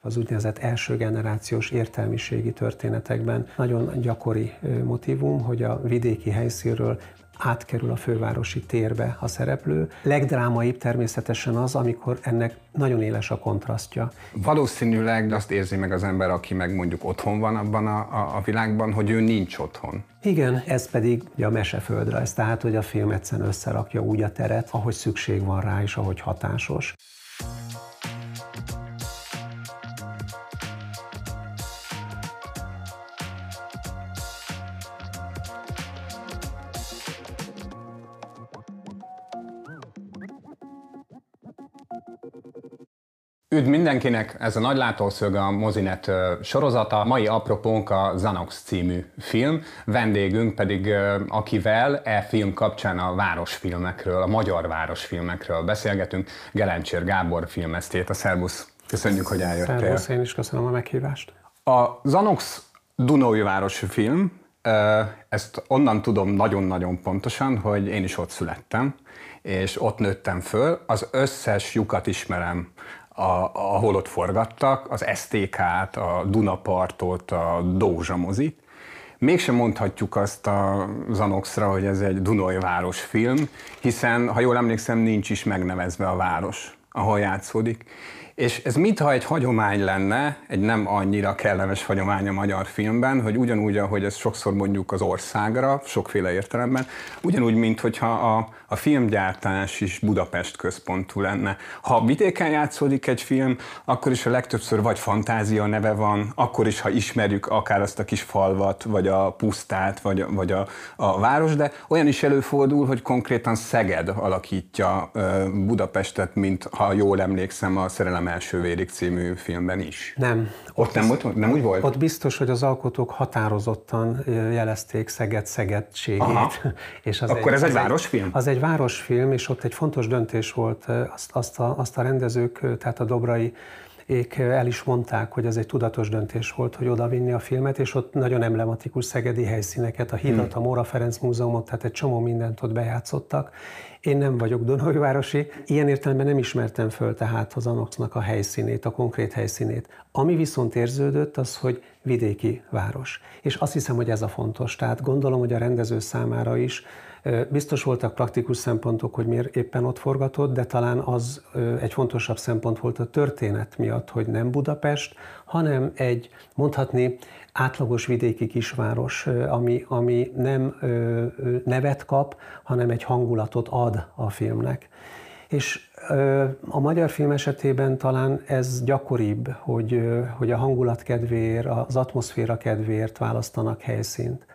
az úgynevezett első generációs értelmiségi történetekben nagyon gyakori motívum, hogy a vidéki helyszínről átkerül a fővárosi térbe a szereplő. Legdrámaibb természetesen az, amikor ennek nagyon éles a kontrasztja. Valószínűleg azt érzi meg az ember, aki meg mondjuk otthon van abban a világban, hogy ő nincs otthon. Igen, ez pedig a meseföldrajz, tehát hogy a film egyszerűen összerakja úgy a teret, ahogy szükség van rá és ahogy hatásos. Üdv mindenkinek, ez a Nagy Látószög, a Mozinet sorozata. Mai apropónk a Zanox című film, vendégünk pedig, akivel film kapcsán a városfilmekről, a magyar városfilmekről beszélgetünk, Gelencsér Gábor filmesztét. A szervusz, köszönjük, hogy eljöttél. Szervusz, én is köszönöm a meghívást. A Zanox Dunaújvárosi film, ezt onnan tudom nagyon-nagyon pontosan, hogy én is ott születtem, és ott nőttem föl. Az összes lyukat ismerem, ahol ott forgattak, az STK-t, a Dunapartot, a Dózsa mozit. Mégsem mondhatjuk azt a Zanoxra, hogy ez egy Dunaújváros film, hiszen, ha jól emlékszem, nincs is megnevezve a város, ahol játszódik. És ez mintha egy hagyomány lenne, egy nem annyira kellemes hagyomány a magyar filmben, hogy ugyanúgy, ahogy ezt sokszor mondjuk az országra, sokféle értelemben, ugyanúgy, minthogyha a filmgyártás is Budapest központú lenne. Ha vidéken játszódik egy film, akkor is a legtöbbször vagy fantázia neve van, akkor is, ha ismerjük akár azt a kis falvat, vagy a pusztát, vagy a város, de olyan is előfordul, hogy konkrétan Szeged alakítja Budapestet, mint ha jól emlékszem a Szerelem első vérig című filmben is. Nem. Ott nem úgy volt? Ott biztos, hogy az alkotók határozottan jelezték Szeged szegedségét. És akkor ez egy városfilm? Az egy városfilm, és ott egy fontos döntés volt, azt a rendezők, tehát a Dobraiék el is mondták, hogy ez egy tudatos döntés volt, hogy odavinni a filmet, és ott nagyon emblematikus szegedi helyszíneket, a hidat, a Móra Ferenc Múzeumot, tehát egy csomó mindent ott bejátszottak. Én nem vagyok dunaújvárosi, ilyen értelemben nem ismertem föl tehát az Zanoxnak a helyszínét, a konkrét helyszínét. Ami viszont érződött, az, hogy vidéki város. És azt hiszem, hogy ez a fontos. Tehát gondolom, hogy a rendező számára is biztos voltak praktikus szempontok, hogy miért éppen ott forgatott, de talán az egy fontosabb szempont volt a történet miatt, hogy nem Budapest, hanem egy, mondhatni, átlagos vidéki kisváros, ami nem nevet kap, hanem egy hangulatot ad a filmnek. És a magyar film esetében talán ez gyakoribb, hogy a hangulat kedvéért, az atmoszféra kedvéért választanak helyszínt.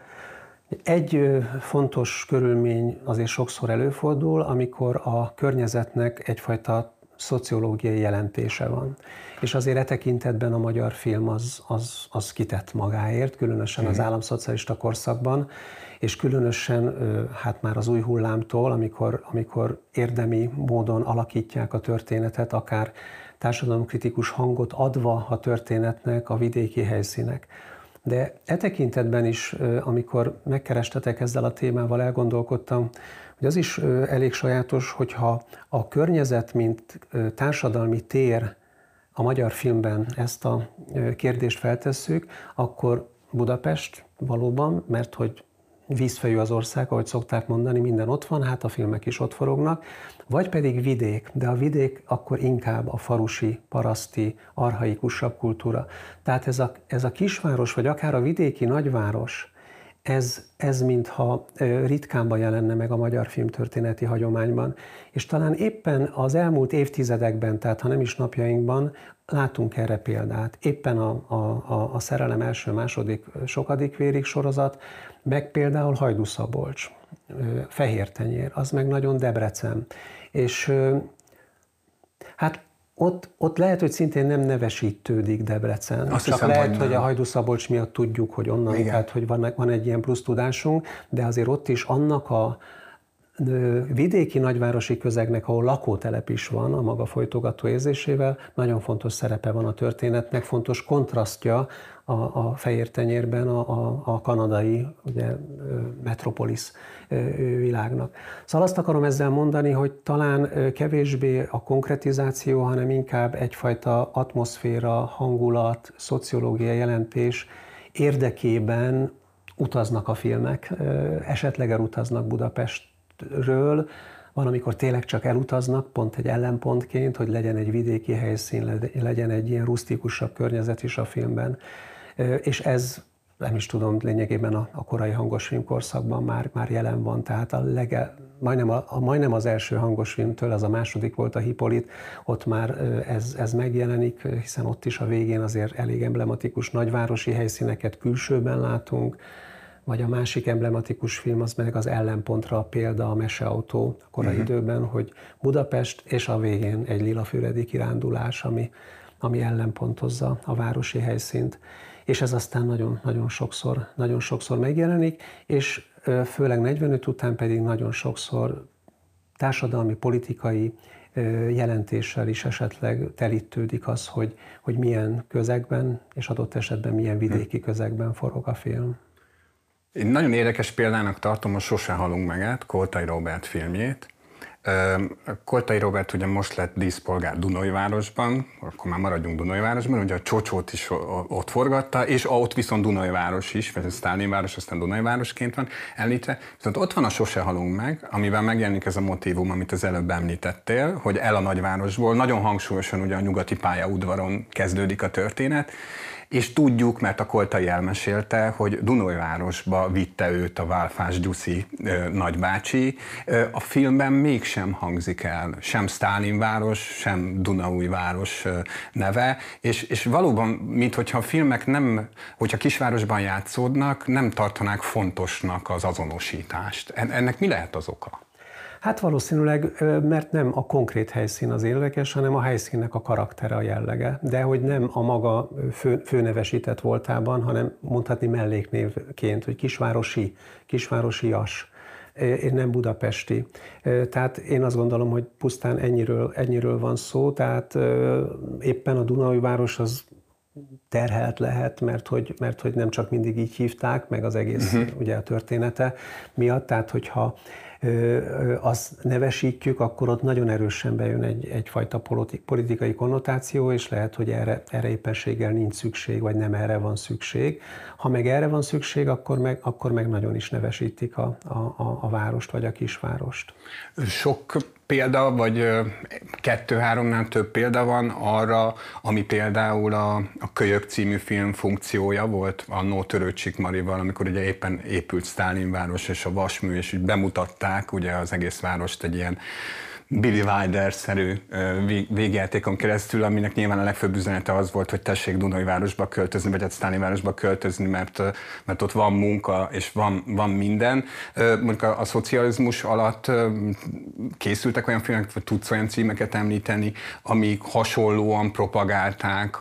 Egy fontos körülmény azért sokszor előfordul, amikor a környezetnek egyfajta szociológiai jelentése van. És azért e tekintetben a magyar film az kitett magáért, különösen az államszocialista korszakban, és különösen hát már az új hullámtól, amikor érdemi módon alakítják a történetet, akár társadalomkritikus hangot adva a történetnek a vidéki helyszínek. De e tekintetben is, amikor megkerestetek ezzel a témával, elgondolkodtam, hogy az is elég sajátos, hogyha a környezet, mint társadalmi tér a magyar filmben ezt a kérdést feltesszük, akkor Budapest valóban, mert hogy vízfejű az ország, ahogy szokták mondani, minden ott van, hát a filmek is ott forognak, vagy pedig vidék, de a vidék akkor inkább a falusi, paraszti, archaikusabb kultúra. Tehát ez a kisváros, vagy akár a vidéki nagyváros, ez mintha ritkánban jelenne meg a magyar filmtörténeti hagyományban. És talán éppen az elmúlt évtizedekben, tehát ha nem is napjainkban, látunk erre példát. Éppen a Szerelem első-második sokadik vérig sorozat, meg például Hajdú-Szabolcs, Fehértenyér, az meg nagyon Debrecen. És hát ott lehet, hogy szintén nem nevesítődik Debrecen. Azt csak hiszem, lehet, hogy a Hajdú-Szabolcs miatt tudjuk, hogy onnan, igen, tehát hogy van egy ilyen plusz tudásunk, de azért ott is annak a vidéki nagyvárosi közegnek, ahol lakótelep is van a maga folytogató érzésével, nagyon fontos szerepe van a történetnek, fontos kontrasztja a fehér tenyérben a kanadai ugye, metropolis világnak. Szóval azt akarom ezzel mondani, hogy talán kevésbé a konkretizáció, hanem inkább egyfajta atmoszféra, hangulat, szociológiai jelentés érdekében utaznak a filmek, esetleg elutaznak Budapestről, van, amikor tényleg csak elutaznak, pont egy ellenpontként, hogy legyen egy vidéki helyszín, legyen egy ilyen rusztikusabb környezet is a filmben. És ez, nem is tudom, lényegében a korai hangosfilm korszakban már jelen van, tehát majdnem az első hangosfilmtől, az a második volt, a Hippolyt, ott már ez megjelenik, hiszen ott is a végén azért elég emblematikus nagyvárosi helyszíneket külsőben látunk, vagy a másik emblematikus film, az meg az ellenpontra a példa, a Meseautó a korai időben, hogy Budapest, és a végén egy lilafüredi kirándulás, ami ellenpontozza a városi helyszínt. És ez aztán nagyon sokszor megjelenik, és főleg 45 után pedig nagyon sokszor társadalmi, politikai jelentéssel is esetleg telítődik az, hogy milyen közegben, és adott esetben milyen vidéki közegben forog a film. Én nagyon érdekes példának tartom a Sose halunk meg-et, Koltai Róbert filmjét. Koltai Róbert ugye most lett díszpolgár Dunaújvárosban, akkor már maradjunk Dunaújvárosban, ugye a Csocsót is ott forgatta, és ott viszont Dunaújváros is, vagy a Sztálinváros, aztán Dunaújvárosként van említve. Viszont ott van a Sose halunk meg, amiben megjelenik ez a motívum, amit az előbb említettél, hogy el a nagyvárosból, nagyon hangsúlyosan ugye a nyugati pályaudvaron kezdődik a történet, és tudjuk, mert a Koltai elmesélte, hogy Dunaújvárosba vitte őt a Válfás Gyuszi nagybácsi. A filmben mégsem hangzik el sem Sztálinváros, sem Dunaújváros neve, és valóban, minthogyha a filmek nem, hogyha kisvárosban játszódnak, nem tartanák fontosnak az azonosítást. Ennek mi lehet az oka? Hát valószínűleg, mert nem a konkrét helyszín az érdekes, hanem a helyszínnek a karaktere, a jellege. De hogy nem a maga főnevesített voltában, hanem mondhatni melléknévként, hogy kisvárosias, nem budapesti. Tehát én azt gondolom, hogy pusztán ennyiről van szó, tehát éppen a Dunaújváros az terhelt lehet, mert hogy nem csak mindig így hívták, meg az egész ugye a története miatt, tehát hogyha azt nevesítjük, akkor ott nagyon erősen bejön egyfajta politikai konnotáció, és lehet, hogy erre éppenséggel nincs szükség, vagy nem erre van szükség. Ha meg erre van szükség, akkor meg nagyon is nevesítik a várost, vagy a kisvárost. Sok példa, vagy 2-3-nál több példa van arra, ami például a Kölyök című film funkciója volt annó Törőcsik Marival, amikor ugye éppen épült Sztálinváros és a vasmű, és úgy bemutatták ugye az egész várost egy ilyen Billy Wilder-szerű végjátékon keresztül, aminek nyilván a legfőbb üzenete az volt, hogy tessék Dunaújvárosba költözni, vagy hát Sztálinvárosba költözni, mert ott van munka, és van minden. Mondjuk a szocializmus alatt készültek olyan filmek, vagy tudsz olyan címeket említeni, amik hasonlóan propagálták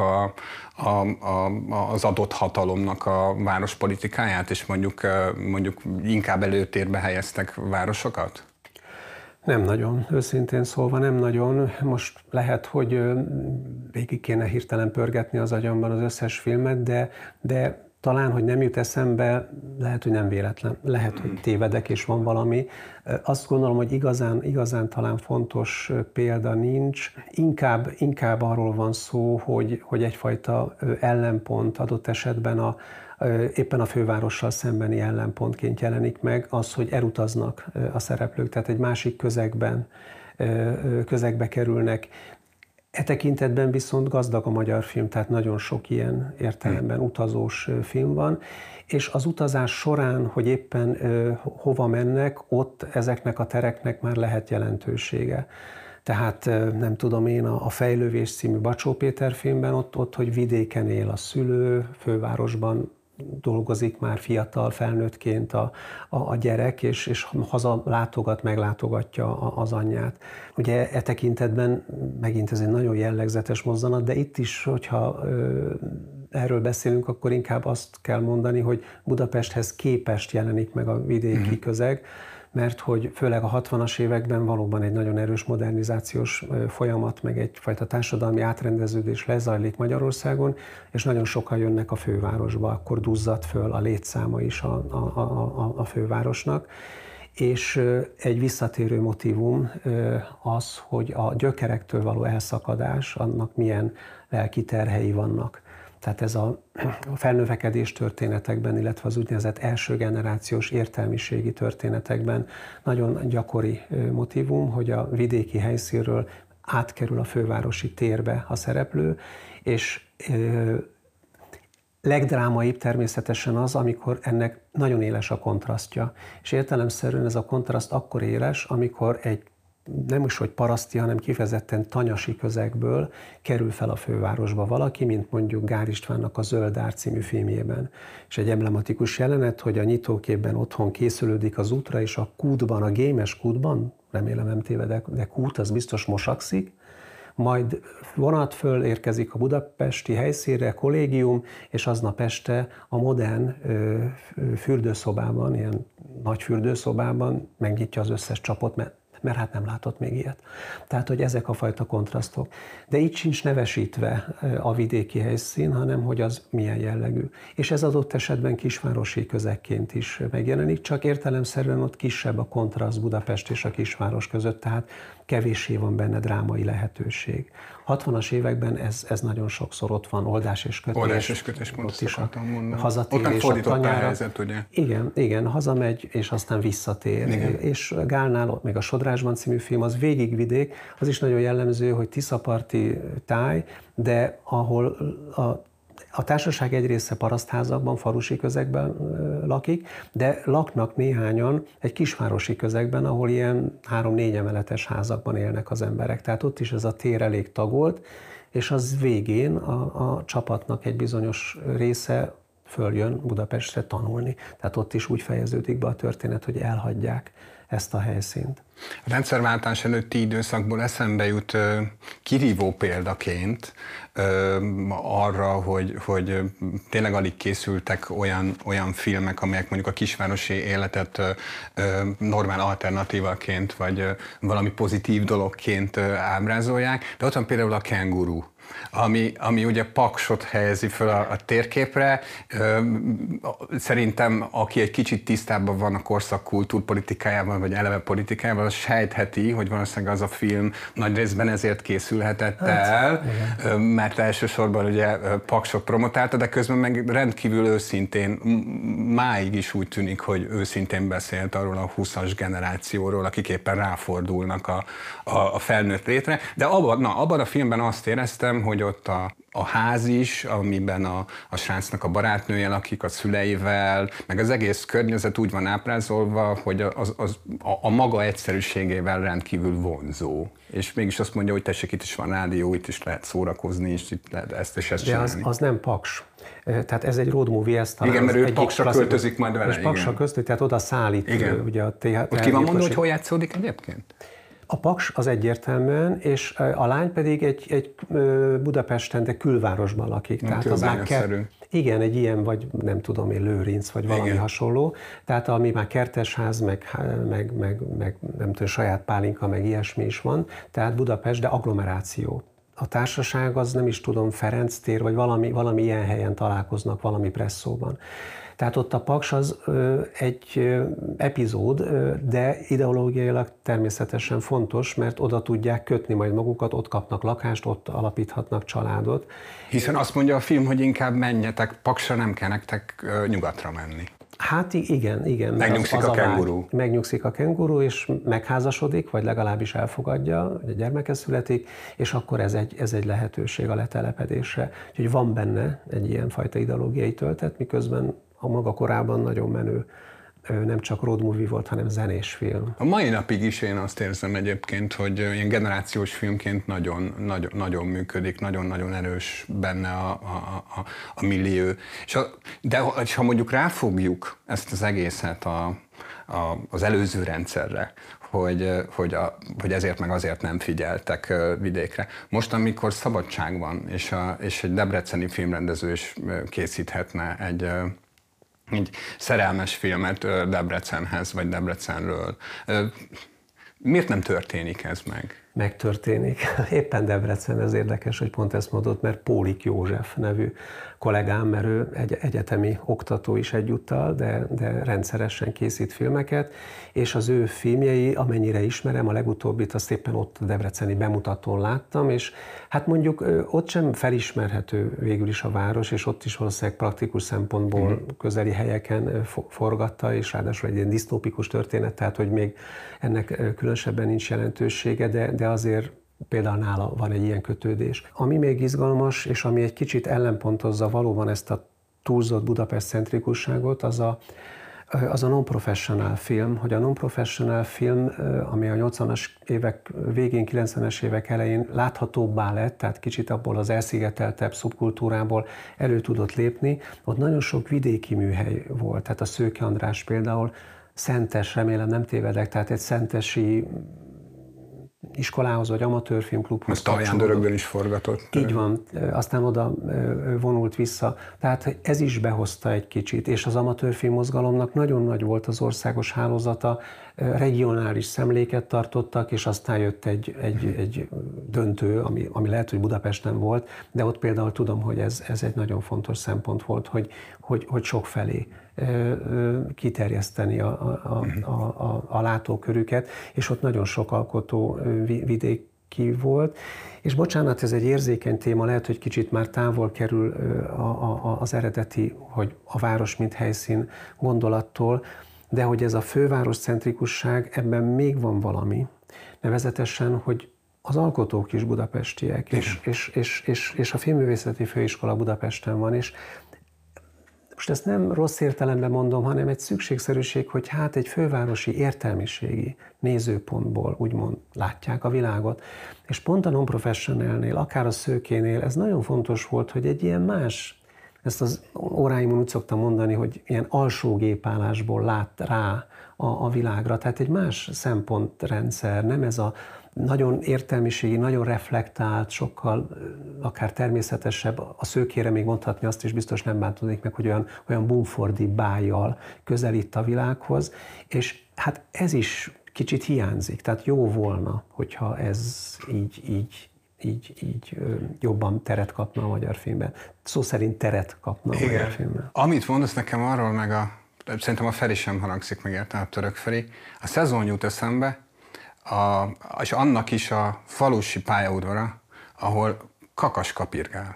az adott hatalomnak a várospolitikáját, és mondjuk inkább előtérbe helyeztek városokat? Nem nagyon, őszintén szólva nem nagyon. Most lehet, hogy végig kéne hirtelen pörgetni az agyamban az összes filmet, de talán, hogy nem jut eszembe, lehet, hogy nem véletlen, lehet, hogy tévedek és van valami. Azt gondolom, hogy igazán talán fontos példa nincs. Inkább arról van szó, hogy egyfajta ellenpont adott esetben éppen a fővárossal szembeni ellenpontként jelenik meg az, hogy elutaznak a szereplők, tehát egy másik közegbe kerülnek. E tekintetben viszont gazdag a magyar film, tehát nagyon sok ilyen értelemben utazós film van, és az utazás során, hogy éppen hova mennek, ott ezeknek a tereknek már lehet jelentősége. Tehát nem tudom én, a Fejlővés című Bacsó Péter filmben ott, hogy vidéken él a szülő, fővárosban dolgozik már fiatal felnőttként a gyerek, és haza meglátogatja az anyját. Ugye e tekintetben megint ez egy nagyon jellegzetes mozzanat, de itt is, hogyha erről beszélünk, akkor inkább azt kell mondani, hogy Budapesthez képest jelenik meg a vidéki közeg, mert hogy főleg a 60-as években valóban egy nagyon erős modernizációs folyamat, meg egyfajta társadalmi átrendeződés lezajlik Magyarországon, és nagyon sokan jönnek a fővárosba, akkor duzzadt föl a létszáma is a fővárosnak. És egy visszatérő motívum az, hogy a gyökerektől való elszakadás, annak milyen lelki terhei vannak. Tehát ez a felnövekedés történetekben, illetve az úgynevezett első generációs értelmiségi történetekben nagyon gyakori motívum, hogy a vidéki helyszínről átkerül a fővárosi térbe a szereplő, és legdrámaibb természetesen az, amikor ennek nagyon éles a kontrasztja. És értelemszerűen ez a kontraszt akkor éles, amikor egy nem is hogy paraszti, hanem kifejezetten tanyasi közegből kerül fel a fővárosba valaki, mint mondjuk Gál Istvánnak a Zöld Ár című filmjében. És egy emblematikus jelenet, hogy a nyitóképben otthon készülődik az útra, és a kútban, a gémes kútban, remélem nem tévedek, de kút, az biztos mosakszik, majd vonat föl érkezik a budapesti helyszínre, kollégium, és aznap este a modern fürdőszobában, ilyen nagy fürdőszobában megnyitja az összes csapot, mert hát nem látott még ilyet. Tehát, hogy ezek a fajta kontrasztok. De így sincs nevesítve a vidéki helyszín, hanem hogy az milyen jellegű. És ez adott esetben kisvárosi közegként is megjelenik, csak értelemszerűen ott kisebb a kontraszt Budapest és a kisváros között, tehát kevéssé van benne drámai lehetőség. 60-as években ez nagyon sokszor ott van, oldás és kötés. Oldás és kötés, pont azt akartam mondani. Hazatérés a tanyára. A helyzet, ugye? Igen, hazamegy, és aztán visszatér. Igen. És Gálnál, még a Sodrásban című film, az végig vidék, az is nagyon jellemző, hogy tiszaparti táj, de ahol a társaság egy része parasztházakban, falusi közegben lakik, de laknak néhányan egy kisvárosi közegben, ahol ilyen 3-4 emeletes házakban élnek az emberek. Tehát ott is ez a tér elég tagolt, és az végén a csapatnak egy bizonyos része följön Budapestre tanulni. Tehát ott is úgy fejeződik be a történet, hogy elhagyják ezt a helyszínt. A rendszerváltás előtti időszakból eszembe jut kirívó példaként arra, hogy tényleg alig készültek olyan filmek, amelyek mondjuk a kisvárosi életet normál alternatívaként, vagy valami pozitív dologként ábrázolják, de ott van például a Kenguru, ami ugye Paksot helyezi föl a térképre. Szerintem, aki egy kicsit tisztában van a korszak kultúrpolitikájával, vagy eleve politikájával, az sejtheti, hogy valószínűleg az a film nagy részben ezért készülhetett el, mert elsősorban ugye Paksot promotálta, de közben meg rendkívül őszintén, máig is úgy tűnik, hogy őszintén beszélt arról a 20-as generációról, akik éppen ráfordulnak a felnőtt létre. De abban a filmben azt éreztem, hogy ott a ház is, amiben a srácnak a barátnője lakik, a szüleivel, meg az egész környezet úgy van ábrázolva, hogy a maga egyszerűségével rendkívül vonzó. És mégis azt mondja, hogy tessék, itt is van rádió, itt is lehet szórakozni, és itt lehet ezt és ezt csinálni. De az nem Paks. Tehát ez egy road movie, ez talán. Igen, mert ő Paksra költözik majd vele. És Paksra költözik, tehát oda szállít. Ugye a ott ki van mondva, hogy hol játszódik egyébként? A Paks az egyértelműen, és a lány pedig egy Budapesten, de külvárosban lakik. Tehát az már igen, egy ilyen, vagy nem tudom én, Lőrinc, vagy valami hasonló. Tehát ami már kertesház, meg nem tudom, saját pálinka, meg ilyesmi is van. Tehát Budapest, de agglomeráció. A társaság az nem is tudom, Ferenc tér, vagy valami ilyen helyen találkoznak, valami presszóban. Tehát ott a Paks az egy epizód, de ideológiailag természetesen fontos, mert oda tudják kötni majd magukat, ott kapnak lakást, ott alapíthatnak családot. Hiszen azt mondja a film, hogy inkább menjetek, Paksra nem kell nektek nyugatra menni. Hát igen. Megnyugszik a kenguru. Megnyugszik a kenguru, és megházasodik, vagy legalábbis elfogadja, hogy a gyermeke születik, és akkor ez egy lehetőség a letelepedésre. Úgyhogy van benne egy ilyen fajta ideológiai töltet, miközben a maga korában nagyon menő, nem csak road movie volt, hanem zenés film. A mai napig is én azt érzem egyébként, hogy ilyen generációs filmként nagyon működik, nagyon-nagyon erős benne a millió. De ha mondjuk ráfogjuk ezt az egészet az előző rendszerre, hogy ezért meg azért nem figyeltek vidékre. Most, amikor szabadság van, és egy debreceni filmrendező is készíthetne egy szerelmes filmet Debrecenhez, vagy Debrecenről. Miért nem történik ez meg? Megtörténik. Éppen Debrecen, ez érdekes, hogy pont ezt mondott, mert Pólik József nevű kollégám, mert ő egy egyetemi oktató is egyúttal, de rendszeresen készít filmeket, és az ő filmjei, amennyire ismerem, a legutóbbit azt éppen ott a debreceni bemutatón láttam, és hát mondjuk ott sem felismerhető végül is a város, és ott is valószínűleg praktikus szempontból közeli helyeken forgatta, és ráadásul egy ilyen disztópikus történet, tehát hogy még ennek különösebben nincs jelentősége, de azért például nála van egy ilyen kötődés. Ami még izgalmas, és ami egy kicsit ellenpontozza valóban ezt a túlzott Budapest-centrikusságot, az a non-professional film, hogy a non-professional film, ami a 80-as évek végén, 90-es évek elején láthatóbbá lett, tehát kicsit abból az elszigeteltebb szubkultúrából elő tudott lépni, ott nagyon sok vidéki műhely volt, tehát a Szőke András például Szentes, remélem nem tévedek, tehát egy szentesi iskolához vagy amatőrfilmklubhoz. Ezt Talján-Dörögben is forgatott. Így van, aztán oda vonult vissza. Tehát ez is behozta egy kicsit, és az amatőrfilm mozgalomnak nagyon nagy volt az országos hálózata, regionális szemléket tartottak, és aztán jött egy döntő, ami lehet, hogy Budapesten volt, de ott például tudom, hogy ez egy nagyon fontos szempont volt, hogy sokfelé kiterjeszteni a látókörüket, és ott nagyon sok alkotó vidéki volt. És bocsánat, ez egy érzékeny téma, lehet, hogy kicsit már távol kerül az eredeti, hogy a város mint helyszín gondolattól, de hogy ez a fővároscentrikusság, ebben még van valami, nevezetesen, hogy az alkotók is budapestiek, és a Filmművészeti Főiskola Budapesten van, és most ezt nem rossz értelemben mondom, hanem egy szükségszerűség, hogy hát egy fővárosi értelmiségi nézőpontból úgymond látják a világot. És pont a non-professionalnél, akár a Szőkénél ez nagyon fontos volt, hogy egy ilyen más, ezt az óráimon úgy szoktam mondani, hogy ilyen alsógépállásból lát rá a világra, tehát egy más szempontrendszer, nem ez a nagyon értelmiségi, nagyon reflektált, sokkal akár természetesebb, a Szőkére még mondhatni azt is, biztos nem bántodik meg, hogy olyan bumfordi bájjal közelít a világhoz, és hát ez is kicsit hiányzik, tehát jó volna, hogyha ez így jobban teret kapna a magyar filmben. Szó szerint teret kapna a magyar filmben. Amit mondasz nekem arról, meg szerintem a Feri sem haragszik meg érte, a Török Feri, a Szezon jut eszembe, és annak is a falusi pályaudvara, ahol kakas kapirgál.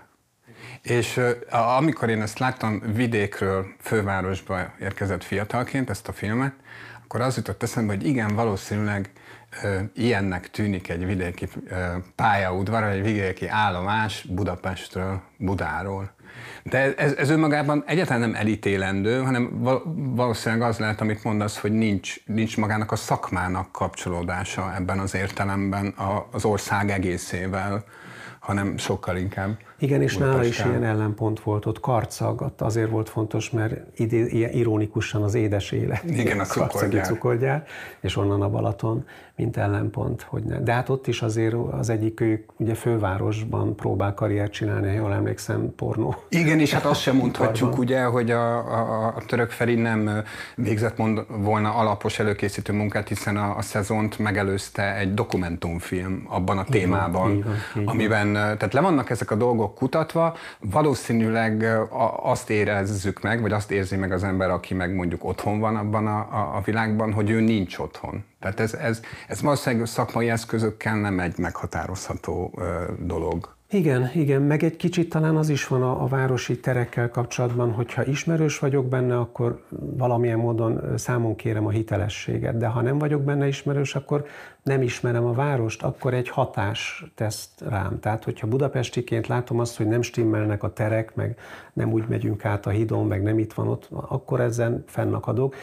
És amikor én ezt láttam vidékről fővárosba érkezett fiatalként, ezt a filmet, akkor az jutott eszembe, hogy igen, valószínűleg ilyennek tűnik egy vidéki pályaudvar, egy vidéki állomás Budapestről, Budáról. De ez önmagában egyáltalán nem elítélendő, hanem valószínűleg az lehet, amit mondasz, hogy nincs magának a szakmának kapcsolódása ebben az értelemben az ország egészével, hanem sokkal inkább. Igen, és nála is ilyen ellenpont volt, ott Karcag, ott azért volt fontos, mert ilyen ironikusan az édes élet. Igen, a cukorgyár, és onnan a Balaton, mint ellenpont. Hogy ne. De hát ott is azért az egyik ők ugye fővárosban próbál karriert csinálni, jól emlékszem, pornó. Igen, és hát azt sem mondhatjuk ugye, hogy a Török Feri nem végzett volna alapos előkészítő munkát, hiszen a Szezont megelőzte egy dokumentumfilm abban a témában, így van. Amiben, tehát le vannak ezek a dolgok kutatva, valószínűleg azt érezzük meg, vagy azt érzi meg az ember, aki meg mondjuk otthon van abban a világban, hogy ő nincs otthon. Tehát ez valószínűleg szakmai eszközökkel nem egy meghatározható dolog. Igen, meg egy kicsit talán az is van a városi terekkel kapcsolatban, hogyha ismerős vagyok benne, akkor valamilyen módon számon kérem a hitelességet, de ha nem vagyok benne ismerős, akkor nem ismerem a várost, akkor egy hatás tesz rám. Tehát, hogyha budapestiként látom azt, hogy nem stimmelnek a terek, meg nem úgy megyünk át a hídon, meg nem itt van ott, akkor ezen fennakadok.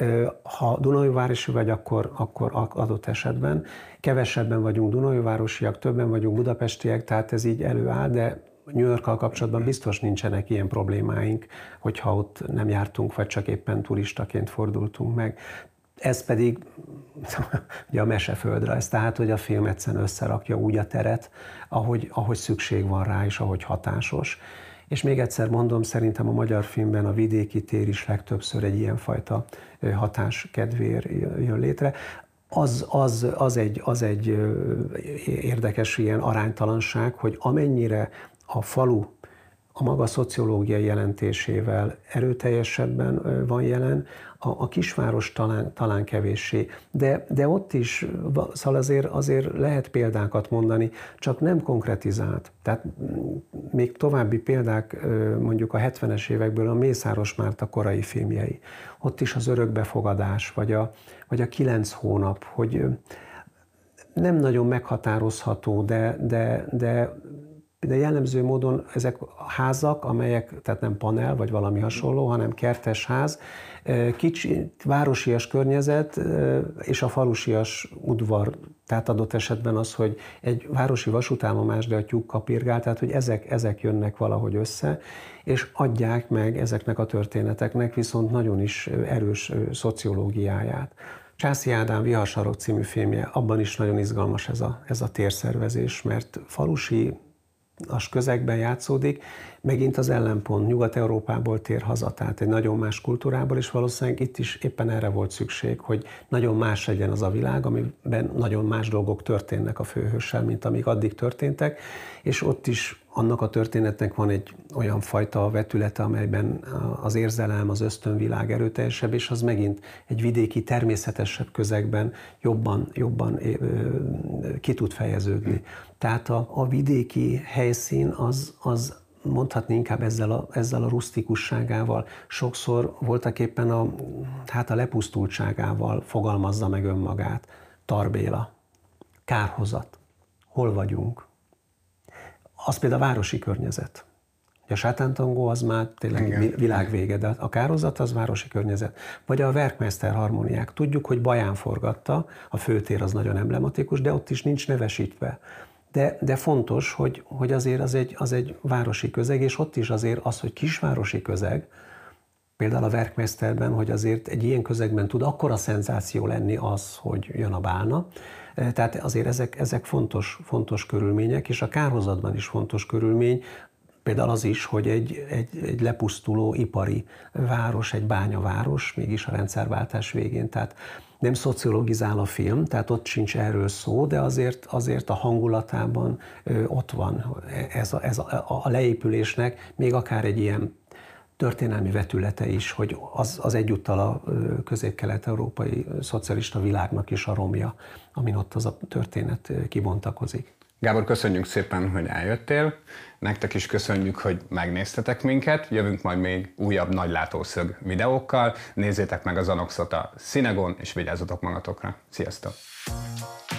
Ha Dunaújvárosi vagy, akkor adott esetben. Kevesebben vagyunk dunaújvárosiak, többen vagyunk budapestiek, tehát ez így előáll, de New Yorkkal kapcsolatban biztos nincsenek ilyen problémáink, hogyha ott nem jártunk, vagy csak éppen turistaként fordultunk meg. Ez pedig ugye a meseföldrajz, tehát hogy a film egyszerűen összerakja úgy a teret, ahogy szükség van rá, és ahogy hatásos. És még egyszer mondom, szerintem a magyar filmben a vidéki tér is legtöbbször egy ilyenfajta hatás kedvéért jön létre. Az egy érdekes ilyen aránytalanság, hogy amennyire a falu a maga szociológiai jelentésével erőteljesebben van jelen, a kisváros talán kevéssé, de ott is szóval azért lehet példákat mondani, csak nem konkretizált. Tehát még további példák, mondjuk a 70-es évekből a Mészáros Márta korai filmjei. Ott is az örökbefogadás, vagy a 9 hónap, hogy nem nagyon meghatározható, de jellemző módon ezek a házak, amelyek, tehát nem panel vagy valami hasonló, hanem kertes ház, kicsi városias környezet és a falusias udvar, tehát adott esetben az, hogy egy városi vasútállomás, de a tyúk kapirgál, tehát hogy ezek jönnek valahogy össze, és adják meg ezeknek a történeteknek viszont nagyon is erős szociológiáját. Császi Ádám Viharsarok című filmje, abban is nagyon izgalmas ez a térszervezés, mert falusi közegben játszódik, megint az ellenpont Nyugat-Európából tér haza, tehát egy nagyon más kultúrából, és valószínűleg itt is éppen erre volt szükség, hogy nagyon más legyen az a világ, amiben nagyon más dolgok történnek a főhőssel, mint amik addig történtek, és ott is annak a történetnek van egy olyan fajta vetülete, amelyben az érzelem, az ösztönvilág erőteljesebb, és az megint egy vidéki, természetesebb közegben jobban ki tud fejeződni. Tehát a vidéki helyszín az mondhatni inkább ezzel a rusztikusságával, sokszor voltaképpen a lepusztultságával fogalmazza meg önmagát. Tar Béla, kárhozat, hol vagyunk? Az például a városi környezet. A sátántangó az már tényleg világvége, de a kárhozat az városi környezet. Vagy a Werkmeister harmóniák. Tudjuk, hogy Baján forgatta, a főtér az nagyon emblematikus, de ott is nincs nevesítve. De fontos, hogy azért az egy városi közeg, és ott is azért az, hogy kisvárosi közeg, például a Werkmeisterben, hogy azért egy ilyen közegben tud akkora szenzáció lenni az, hogy jön a bálna. Tehát azért ezek fontos körülmények, és a kárhozatban is fontos körülmény, például az is, hogy egy lepusztuló ipari város, egy bányaváros, mégis a rendszerváltás végén, tehát nem szociologizál a film, tehát ott sincs erről szó, de azért a hangulatában ott van ez a leépülésnek, még akár egy ilyen történelmi vetülete is, hogy az egyúttal a közép-kelet-európai szocialista világnak is a romja, amin ott az a történet kibontakozik. Gábor, köszönjük szépen, hogy eljöttél. Nektek is köszönjük, hogy megnéztetek minket. Jövünk majd még újabb nagy látószög videókkal. Nézzétek meg az Anoxot a Cinegon, és vigyázzatok magatokra. Sziasztok!